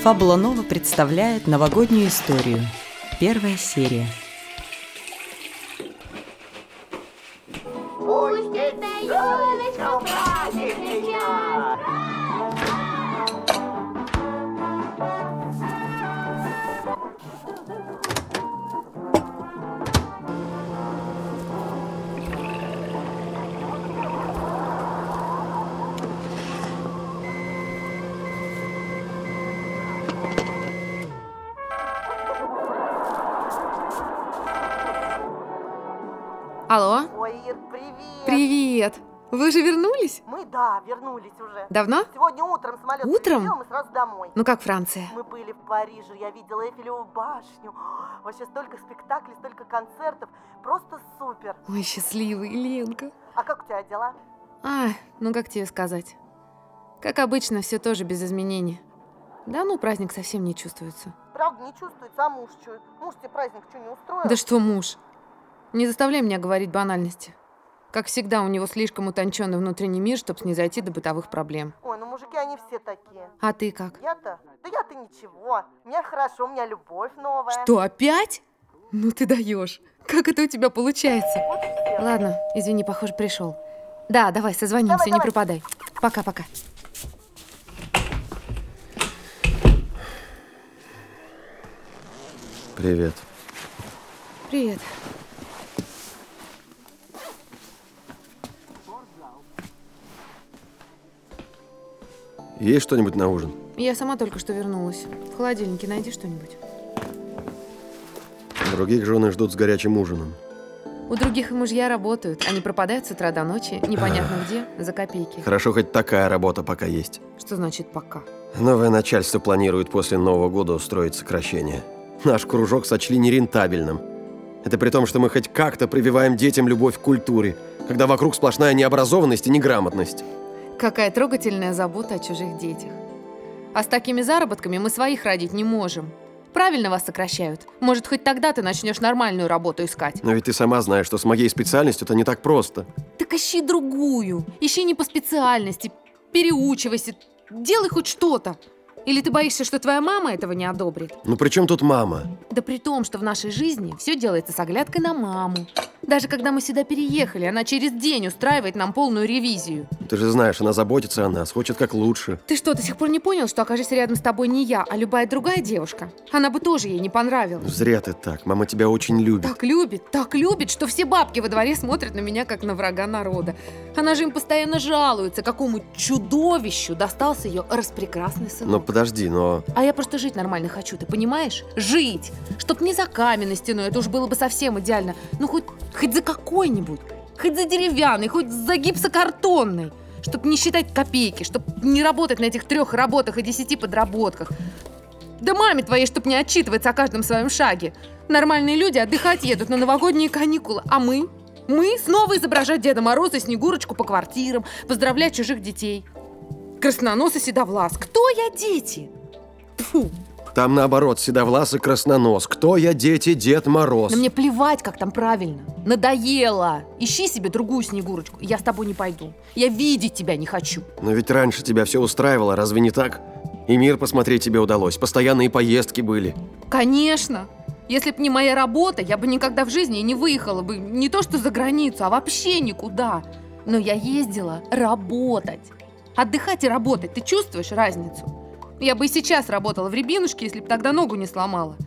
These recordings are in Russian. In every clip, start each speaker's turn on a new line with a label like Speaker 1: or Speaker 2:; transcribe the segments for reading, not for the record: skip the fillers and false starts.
Speaker 1: Фабула Нова представляет новогоднюю историю. Первая серия.
Speaker 2: Пусть это елочка праздничная.
Speaker 3: Алло?
Speaker 4: Ой, Ир, привет!
Speaker 3: Привет! Вы же вернулись?
Speaker 4: Мы, вернулись уже.
Speaker 3: Давно?
Speaker 4: Сегодня утром самолет
Speaker 3: Утром?
Speaker 4: прилетел, мы сразу домой.
Speaker 3: Ну как Франция?
Speaker 4: Мы были в Париже, я видела Эйфелеву башню. Вообще столько спектаклей, столько концертов. Просто супер.
Speaker 3: Ой, счастливый, Ленка.
Speaker 4: А как у тебя дела?
Speaker 3: Ну как тебе сказать? Как обычно, все тоже без изменений. Да ну, праздник совсем не чувствуется.
Speaker 4: Правда, не чувствуется, а муж что? Муж тебе праздник что, не устроил?
Speaker 3: Да что муж? Не заставляй меня говорить банальности. Как всегда, у него слишком утонченный внутренний мир, чтобы снизойти до бытовых проблем.
Speaker 4: Ой, ну мужики, они все такие.
Speaker 3: А ты как?
Speaker 4: Я-то? Да я-то ничего. У меня хорошо, у меня любовь новая.
Speaker 3: Что, опять? Ну ты даешь. Как это у тебя получается?
Speaker 4: Вот и всё.
Speaker 3: Ладно, извини, похоже, пришел. Да, давай, созвонимся,
Speaker 4: Давай,
Speaker 3: не
Speaker 4: давай.
Speaker 3: пропадай. Пока-пока.
Speaker 5: Привет.
Speaker 3: Привет.
Speaker 5: Есть что-нибудь на ужин?
Speaker 3: Я сама только что вернулась. В холодильнике найди что-нибудь.
Speaker 5: Других жены ждут с горячим ужином.
Speaker 3: У других и мужья работают. Они пропадают с утра до ночи, непонятно где, за копейки.
Speaker 5: Хорошо, хоть такая работа пока есть.
Speaker 3: Что значит пока?
Speaker 5: Новое начальство планирует после Нового года устроить сокращение. Наш кружок сочли нерентабельным. Это при том, что мы хоть как-то прививаем детям любовь к культуре, когда вокруг сплошная необразованность и неграмотность.
Speaker 3: Какая трогательная забота о чужих детях. А с такими заработками мы своих родить не можем. Правильно вас сокращают. Может, хоть тогда ты начнешь нормальную работу искать.
Speaker 5: Но ведь ты сама знаешь, что с моей специальностью это не так просто.
Speaker 3: Так ищи другую. Ищи не по специальности. Переучивайся. Делай хоть что-то. Или ты боишься, что твоя мама этого не одобрит?
Speaker 5: Ну при чем тут мама?
Speaker 3: Да при том, что в нашей жизни все делается с оглядкой на маму. Даже когда мы сюда переехали, она через день устраивает нам полную ревизию.
Speaker 5: Ты же знаешь, она заботится о нас, хочет как лучше.
Speaker 3: Ты что, до сих пор не понял, что окажись рядом с тобой не я, а любая другая девушка? Она бы тоже ей не понравилась.
Speaker 5: Зря ты так, мама тебя очень любит.
Speaker 3: Так любит, что все бабки во дворе смотрят на меня, как на врага народа. Она же им постоянно жалуется, какому чудовищу достался ее распрекрасный
Speaker 5: Но
Speaker 3: сынок.
Speaker 5: подожди, но...
Speaker 3: А я просто жить нормально хочу, ты понимаешь? Жить! Чтоб не за каменной стеной, это уж было бы совсем идеально. Ну, хоть за какой-нибудь. Хоть за деревянный, хоть за гипсокартонный. Чтоб не считать копейки, чтоб не работать на этих 3 работах и 10 подработках. Да маме твоей, чтоб не отчитываться о каждом своем шаге. Нормальные люди отдыхать едут на новогодние каникулы, а мы? Мы снова изображать Деда Мороза и Снегурочку по квартирам, поздравлять чужих детей. Краснонос и Седовлас. Кто я, дети? Тьфу.
Speaker 5: Там наоборот, седовлас и краснонос. Кто я, дети, Дед Мороз?
Speaker 3: Да мне плевать, как там правильно. Надоело. Ищи себе другую Снегурочку. Я с тобой не пойду. Я видеть тебя не хочу.
Speaker 5: Но ведь раньше тебя все устраивало, разве не так? И мир посмотреть тебе удалось, постоянные поездки были.
Speaker 3: Конечно. Если б не моя работа, я бы никогда в жизни не выехала бы не то что за границу, а вообще никуда. Но я ездила работать. Отдыхать и работать. Ты чувствуешь разницу? Я бы и сейчас работала в Рябинушке, если бы тогда ногу не сломала.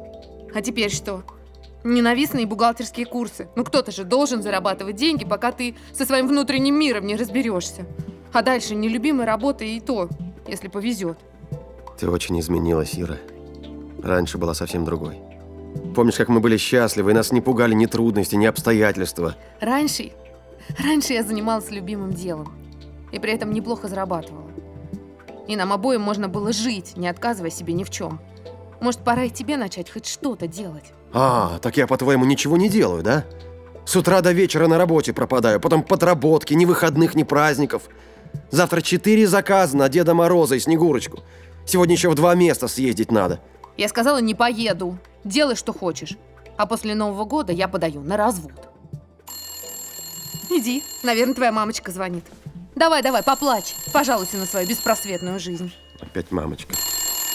Speaker 3: А теперь что? Ненавистные бухгалтерские курсы. Ну кто-то же должен зарабатывать деньги, пока ты со своим внутренним миром не разберешься. А дальше нелюбимой работы и то, если повезет.
Speaker 5: Ты очень изменилась, Ира. Раньше была совсем другой. Помнишь, как мы были счастливы, и нас не пугали ни трудности, ни обстоятельства?
Speaker 3: Раньше я занималась любимым делом. И при этом неплохо зарабатывала. И нам обоим можно было жить, не отказывая себе ни в чем. Может, пора и тебе начать хоть что-то делать?
Speaker 5: Так я, по-твоему, ничего не делаю, да? С утра до вечера на работе пропадаю, потом подработки, ни выходных, ни праздников. Завтра 4 заказа на Деда Мороза и Снегурочку. Сегодня еще в 2 места съездить надо.
Speaker 3: Я сказала, не поеду. Делай, что хочешь. А после Нового года я подаю на развод. Иди, наверное, твоя мамочка звонит. Давай, поплачь. Пожалуйся на свою беспросветную жизнь.
Speaker 5: Опять мамочка.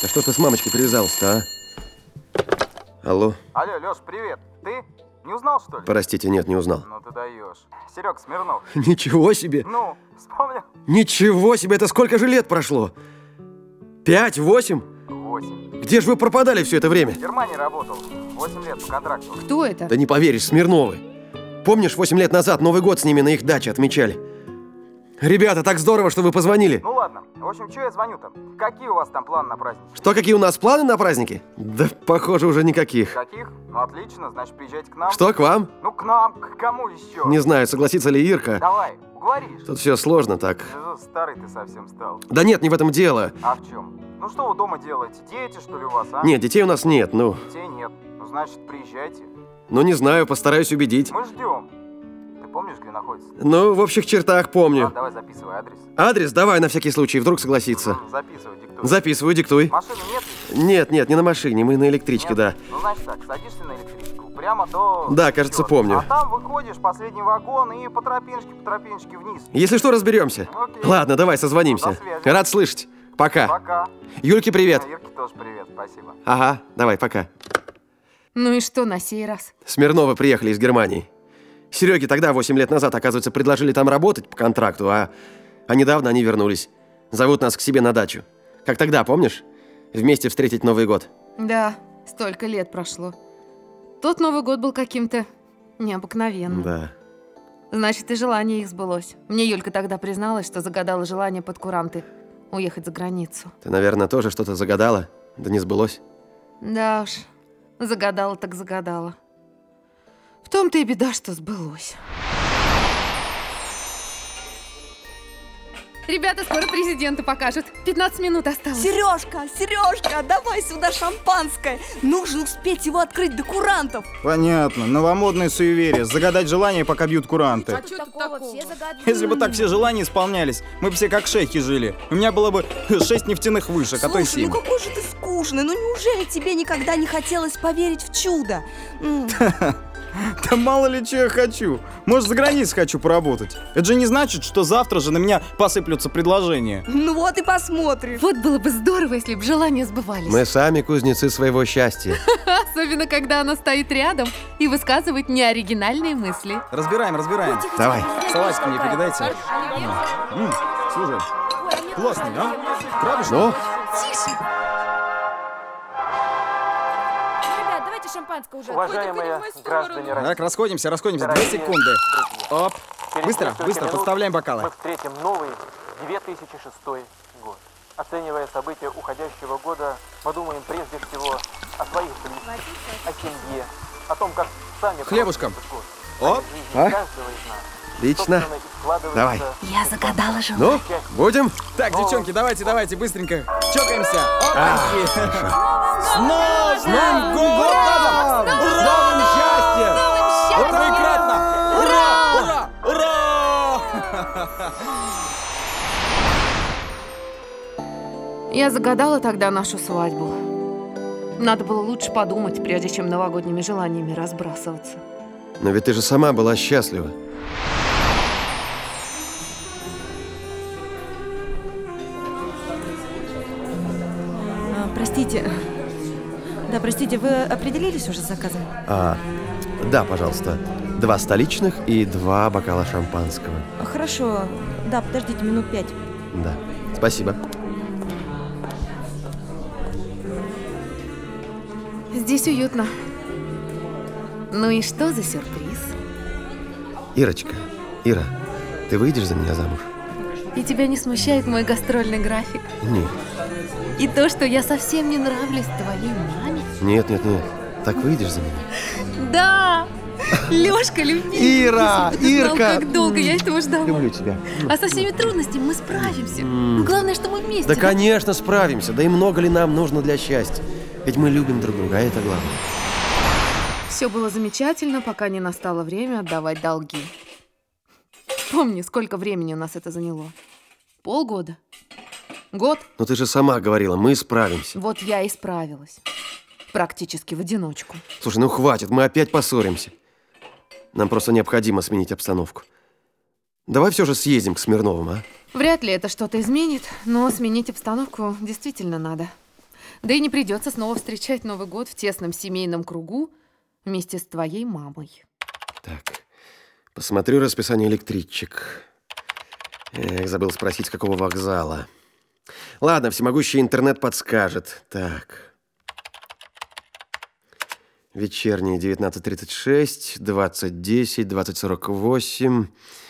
Speaker 5: А что ты с мамочкой привязался-то, а? Алло?
Speaker 6: Алло, Лёш, привет. Ты? Не узнал, что ли?
Speaker 5: Простите, нет, не узнал.
Speaker 6: Ну ты даешь. Серег Смирнов.
Speaker 5: Ничего себе!
Speaker 6: Ну, вспомнил?
Speaker 5: Ничего себе! Это сколько же лет прошло? 5, 8?
Speaker 6: 8.
Speaker 5: Где же вы пропадали все это время?
Speaker 6: В Германии работал. 8 лет по контракту.
Speaker 3: Кто это?
Speaker 5: Да не поверишь, Смирновы. Помнишь, 8 лет назад Новый год с ними на их даче отмечали? Ребята, так здорово, что вы позвонили.
Speaker 6: Ну ладно. В общем, что я звоню-то? Какие у вас там планы на праздник?
Speaker 5: Что, какие у нас планы на праздники? Да, похоже, уже никаких.
Speaker 6: Каких? Ну отлично, значит, приезжайте к нам.
Speaker 5: Что, к вам?
Speaker 6: Ну к нам, к кому еще?
Speaker 5: Не знаю, согласится ли Ирка.
Speaker 6: Давай, уговоришь.
Speaker 5: Тут все сложно так.
Speaker 6: Старый ты совсем стал.
Speaker 5: Да нет, не в этом дело.
Speaker 6: А в чем? Ну что вы дома делаете? Дети, что ли, у вас, а?
Speaker 5: Нет, детей у нас нет, ну.
Speaker 6: Детей нет. Ну, значит, приезжайте.
Speaker 5: Ну, не знаю, постараюсь убедить.
Speaker 6: Мы ждем. Ты помнишь, где находится?
Speaker 5: Ну, в общих чертах помню.
Speaker 6: Ладно, давай записывай адрес.
Speaker 5: Адрес давай на всякий случай, вдруг согласится.
Speaker 6: Записывай, диктуй.
Speaker 5: Записываю, диктуй.
Speaker 6: Машины нет?
Speaker 5: Нет, не на машине, мы на электричке,
Speaker 6: Нет?
Speaker 5: да.
Speaker 6: Ну, значит так, садишься на электричку, прямо до...
Speaker 5: Да, кажется,
Speaker 6: Чёрта.
Speaker 5: помню.
Speaker 6: А там выходишь, последний вагон, и по тропиночке вниз.
Speaker 5: Если что, разберемся.
Speaker 6: Окей.
Speaker 5: Ладно, давай, созвонимся.
Speaker 6: До связи.
Speaker 5: Рад слышать. Пока.
Speaker 6: Пока.
Speaker 5: Юльке привет.
Speaker 6: Ирке тоже привет, спасибо.
Speaker 5: Ага, давай, пока.
Speaker 3: Ну и что на сей раз?
Speaker 5: Смирновы приехали из Германии. Сереге тогда, 8 лет назад, оказывается, предложили там работать по контракту, а недавно они вернулись. Зовут нас к себе на дачу. Как тогда, помнишь? Вместе встретить Новый год.
Speaker 3: Да, столько лет прошло. Тот Новый год был каким-то необыкновенным.
Speaker 5: Да.
Speaker 3: Значит, и желание их сбылось. Мне Юлька тогда призналась, что загадала желание под куранты уехать за границу.
Speaker 5: Ты, наверное, тоже что-то загадала? Да не сбылось?
Speaker 3: Да уж, загадала так загадала. В том-то и беда, что сбылось. Ребята, скоро президента покажут. 15 минут осталось.
Speaker 7: Сережка, давай сюда шампанское. Нужно успеть его открыть до курантов.
Speaker 8: Понятно. Новомодное суеверие. Загадать желание, пока бьют куранты.
Speaker 7: А что такого? Все загадывают.
Speaker 8: Если бы так все желания исполнялись, мы бы все как шейхи жили. У меня было бы 6 нефтяных вышек, а то и
Speaker 7: Слушай,
Speaker 8: 7.
Speaker 7: ну какой же ты скучный. Ну неужели тебе никогда не хотелось поверить в чудо?
Speaker 8: Да мало ли что я хочу. Может, за границей хочу поработать. Это же не значит, что завтра же на меня посыплются предложения.
Speaker 7: Ну вот и посмотришь.
Speaker 3: Вот было бы здорово, если бы желания сбывались.
Speaker 5: Мы сами кузнецы своего счастья.
Speaker 3: Особенно, когда она стоит рядом и высказывает неоригинальные мысли.
Speaker 8: Разбираем.
Speaker 5: Давай.
Speaker 8: Салатики мне передайте. Слушай, классный, а? Правда, что?
Speaker 5: Ну,
Speaker 2: Ребят, давайте шампанское уже.
Speaker 6: Уважаемые граждане России.
Speaker 8: Так, расходимся. 2 секунды. Оп. Быстро, подставляем бокалы.
Speaker 6: Мы встретим новый 2006 год. Оценивая события уходящего года, мы думаем прежде всего о своих близких, о семье, о том, как сами
Speaker 8: Хлебушком.
Speaker 6: прожили этот год,
Speaker 8: Оп.
Speaker 6: жизни
Speaker 5: А?
Speaker 6: каждого из нас.
Speaker 5: отлично.
Speaker 6: Собственно, и складывается
Speaker 5: Давай.
Speaker 7: Я загадала желание.
Speaker 5: Ну, будем?
Speaker 8: Так, девчонки, давайте, быстренько. Чокаемся. Опаньки. С Новым годом!
Speaker 5: С новым счастьем!
Speaker 8: Ура! Ура!
Speaker 3: Я загадала тогда нашу свадьбу. Надо было лучше подумать, прежде чем новогодними желаниями разбрасываться.
Speaker 5: Но ведь ты же сама была счастлива.
Speaker 1: Простите. Да, простите, вы определились уже с заказом?
Speaker 5: Да, пожалуйста. 2 столичных и 2 бокала шампанского.
Speaker 1: Хорошо. Да, подождите минут 5.
Speaker 5: Да. Спасибо.
Speaker 3: Здесь уютно. Ну и что за сюрприз?
Speaker 5: Ира, ты выйдешь за меня замуж?
Speaker 3: И тебя не смущает мой гастрольный график?
Speaker 5: Нет.
Speaker 3: И то, что я совсем не нравлюсь твоей маме?
Speaker 5: Нет. Так выйдешь за меня?
Speaker 3: Да! Лёшка, любимый!
Speaker 5: Ира!
Speaker 3: Если бы ты знал,
Speaker 5: Ирка!
Speaker 3: как долго я этого ждала.
Speaker 5: Люблю тебя.
Speaker 3: А со всеми трудностями мы справимся. Ну, главное, что мы вместе.
Speaker 5: Да, конечно, справимся. Да и много ли нам нужно для счастья? Ведь мы любим друг друга, а это главное.
Speaker 3: Все было замечательно, пока не настало время отдавать долги. Помни, сколько времени у нас это заняло? Полгода? Год?
Speaker 5: Но ты же сама говорила, мы справимся.
Speaker 3: Вот я и справилась. Практически в одиночку.
Speaker 5: Слушай, ну хватит, мы опять поссоримся. Нам просто необходимо сменить обстановку. Давай все же съездим к Смирновым, а?
Speaker 3: Вряд ли это что-то изменит, но сменить обстановку действительно надо. Да и не придется снова встречать Новый год в тесном семейном кругу вместе с твоей мамой.
Speaker 5: Так, посмотрю расписание электричек. Эх, забыл спросить, с какого вокзала. Ладно, всемогущий интернет подскажет. Так. Вечерние 19:36, 20:10, 20:48.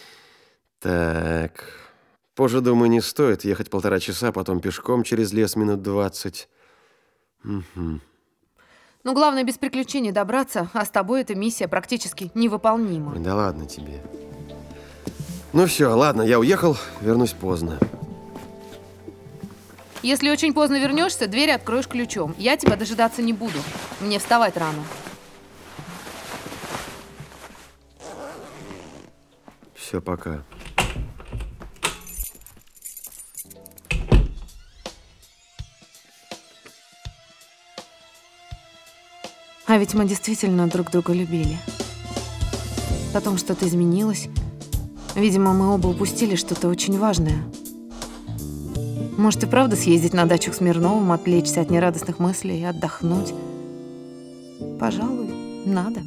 Speaker 5: Так. Позже, думаю, не стоит ехать 1,5 часа, потом пешком через лес минут 20. Угу.
Speaker 3: Но главное без приключений добраться, а с тобой эта миссия практически невыполнима.
Speaker 5: Ой, да ладно тебе. Ну все, ладно, я уехал, вернусь поздно.
Speaker 3: Если очень поздно вернешься, дверь откроешь ключом. Я тебя дожидаться не буду. Мне вставать рано.
Speaker 5: Все, пока.
Speaker 3: А ведь мы действительно друг друга любили. Потом что-то изменилось. Видимо, мы оба упустили что-то очень важное. Может, и правда съездить на дачу к Смирновым, отвлечься от нерадостных мыслей и отдохнуть? Пожалуй, надо.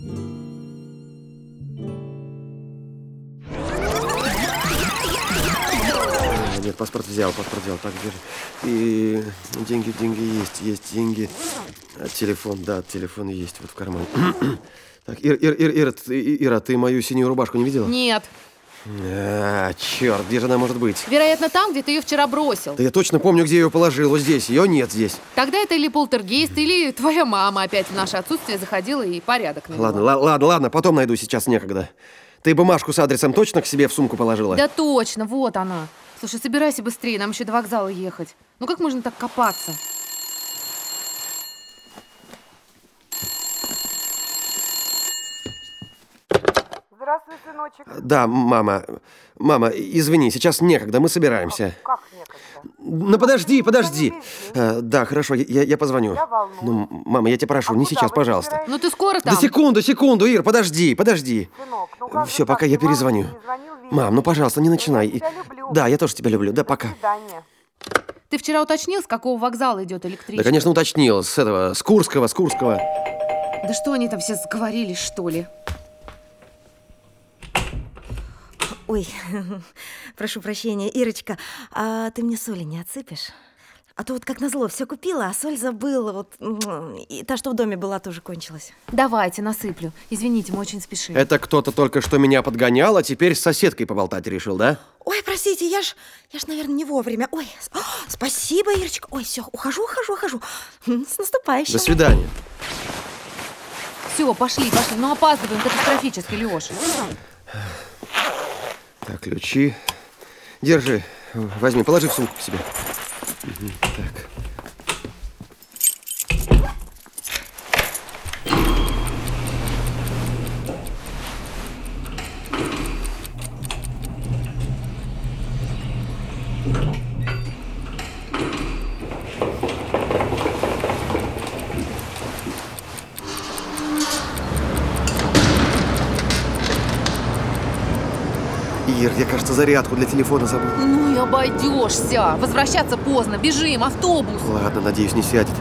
Speaker 5: Нет, паспорт взял. Так, держи. И деньги есть деньги. А телефон есть вот в кармане. Так, Ира, ты мою синюю рубашку не видела?
Speaker 3: Нет.
Speaker 5: Черт, где же она может быть?
Speaker 3: Вероятно, там, где ты ее вчера бросил.
Speaker 5: Да я точно помню, где я ее положил. Вот здесь. Ее нет здесь.
Speaker 3: Тогда это или полтергейст, или твоя мама опять в наше отсутствие заходила и порядок навела.
Speaker 5: Ладно, потом найду, сейчас некогда. Ты бумажку с адресом точно к себе в сумку положила?
Speaker 3: Да точно, вот она. Слушай, собирайся быстрее, нам еще до вокзала ехать. Ну как можно так копаться?
Speaker 4: Здравствуй, сыночек.
Speaker 5: Да, мама, извини, сейчас некогда, мы собираемся.
Speaker 4: Как некогда?
Speaker 5: Ну, подожди.
Speaker 4: Весь день.
Speaker 5: Да, хорошо, я позвоню.
Speaker 4: Я волнуюсь.
Speaker 5: Ну, мама, я тебя прошу, не
Speaker 4: куда
Speaker 5: сейчас,
Speaker 4: вы
Speaker 5: пожалуйста.
Speaker 4: собираетесь?
Speaker 3: Ну ты скоро там?
Speaker 5: Да секунду, Ир, подожди.
Speaker 4: Сынок, ну как
Speaker 5: Все,
Speaker 4: же
Speaker 5: пока
Speaker 4: так?
Speaker 5: я
Speaker 4: Ты маме
Speaker 5: перезвоню.
Speaker 4: не звонил весь
Speaker 5: Мам, ну,
Speaker 4: день.
Speaker 5: пожалуйста, не
Speaker 4: Я
Speaker 5: начинай.
Speaker 4: тебя люблю.
Speaker 5: Да, я тоже тебя люблю. Да,
Speaker 4: До
Speaker 5: пока.
Speaker 4: свидания.
Speaker 3: Ты вчера уточнил, с какого вокзала идет электричка?
Speaker 5: Да, конечно, уточнил. С Курского.
Speaker 3: Да что они там все сговорились, что ли?
Speaker 7: Ой, прошу прощения, Ирочка, а ты мне соли не отсыпешь? А то вот как назло все купила, а соль забыла. Вот и та, что в доме была, тоже кончилась.
Speaker 3: Давайте, насыплю. Извините, мы очень спешим.
Speaker 5: Это кто-то только что меня подгонял, а теперь с соседкой поболтать решил, да?
Speaker 7: Ой, простите, я ж, наверное, не вовремя. Ой, спасибо, Ирочка. Ой, все, ухожу. С наступающим.
Speaker 5: До свидания.
Speaker 3: Все, пошли. Ну опаздываем катастрофически, Лёш.
Speaker 5: Так, ключи. Держи. Возьми, положи в сумку к себе. Так. Ир, я, кажется, зарядку для телефона забыл.
Speaker 3: Ну и обойдешься. Возвращаться поздно. Бежим, автобус.
Speaker 5: Ладно, надеюсь, не сядет.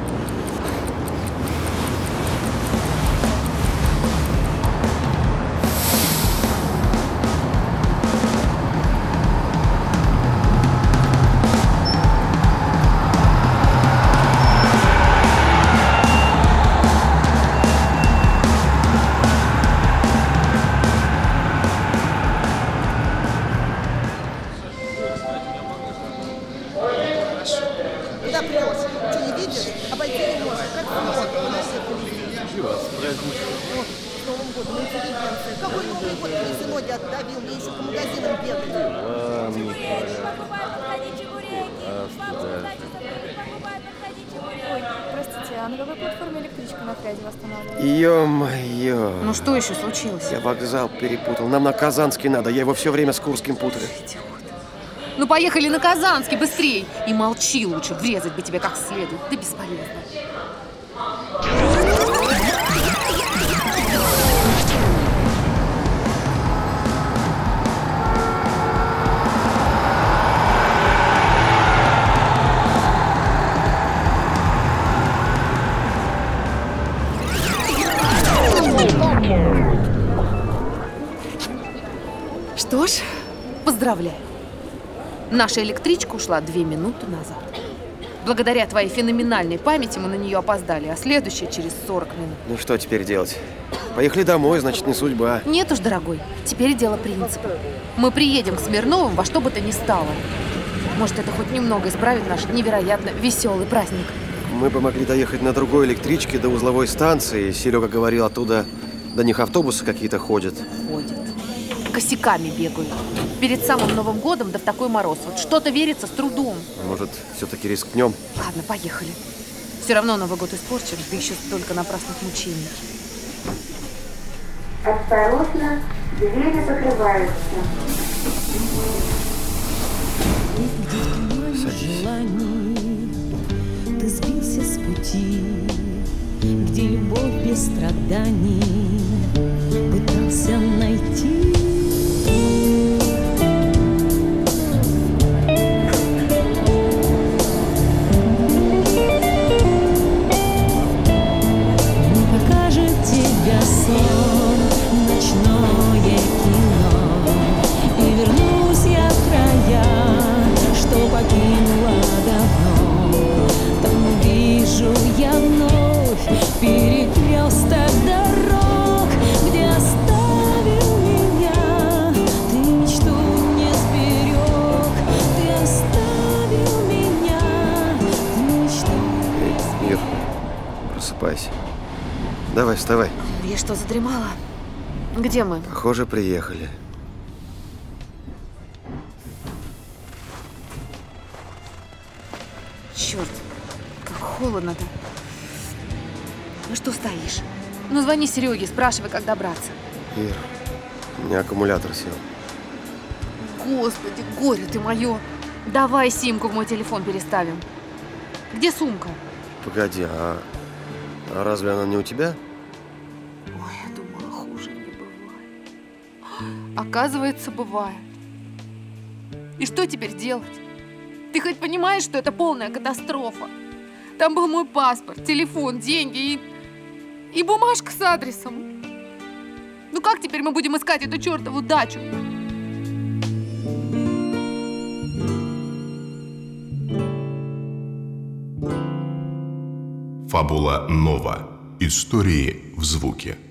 Speaker 4: Куда прешь? Что, не видишь? Обойти не можешь. Как с Новым годом, интеллигенция. Какой Новый год? Мне все ноги отдавил, мне еще по магазинам бегать.
Speaker 2: Простите, а на какой платформе электричка на Фряде останавливается?
Speaker 5: Ё-моё.
Speaker 3: Ну что еще случилось?
Speaker 5: Я вокзал перепутал. Нам на Казанский надо. Я его все время с Курским путаю.
Speaker 3: Ну поехали на Казанский, быстрей! И молчи лучше, врезать бы тебе как следует. Да бесполезно. Что ж, поздравляю. Наша электричка ушла 2 минуты назад. Благодаря твоей феноменальной памяти мы на нее опоздали, а следующая через 40 минут.
Speaker 5: Ну что теперь делать? Поехали домой, значит, не судьба.
Speaker 3: Нет уж, дорогой, теперь дело принципа. Мы приедем к Смирновым во что бы то ни стало. Может, это хоть немного исправит наш невероятно веселый праздник.
Speaker 5: Мы бы могли доехать на другой электричке до узловой станции. Серега говорил, оттуда до них автобусы какие-то ходят.
Speaker 3: Ходят. Косяками бегают. Перед самым Новым годом, да в такой мороз. Вот что-то верится с трудом.
Speaker 5: Может, все-таки рискнем?
Speaker 3: Ладно, поехали. Все равно Новый год испорчен, да еще столько напрасных мучений.
Speaker 9: Осторожно, двери закрываются.
Speaker 5: Садись.
Speaker 10: Ты сбился с пути, где любовь без страданий пытался найти. Не покажет тебя сон, ночное кино, и вернусь я в края, что покинула давно. Там увижу я вновь перекресток дорог, где оставил меня. Ты мечту не сберег, ты оставил меня. Ты мечту не сберег.
Speaker 5: Ир, просыпайся. Давай, вставай.
Speaker 3: Я что, задремала? Где мы?
Speaker 5: Похоже, приехали.
Speaker 3: Черт, как холодно-то. Ну что стоишь? Ну звони Сереге, спрашивай, как добраться.
Speaker 5: Ир, у меня аккумулятор сел.
Speaker 3: Господи, горе ты мое. Давай симку в мой телефон переставим. Где сумка?
Speaker 5: Погоди, а разве она не у тебя?
Speaker 3: Ой, я думала, хуже не бывает. Оказывается, бывает. И что теперь делать? Ты хоть понимаешь, что это полная катастрофа? Там был мой паспорт, телефон, деньги и бумажка с адресом. Ну как теперь мы будем искать эту чертову дачу?
Speaker 11: Фабула Нова. Истории в звуке.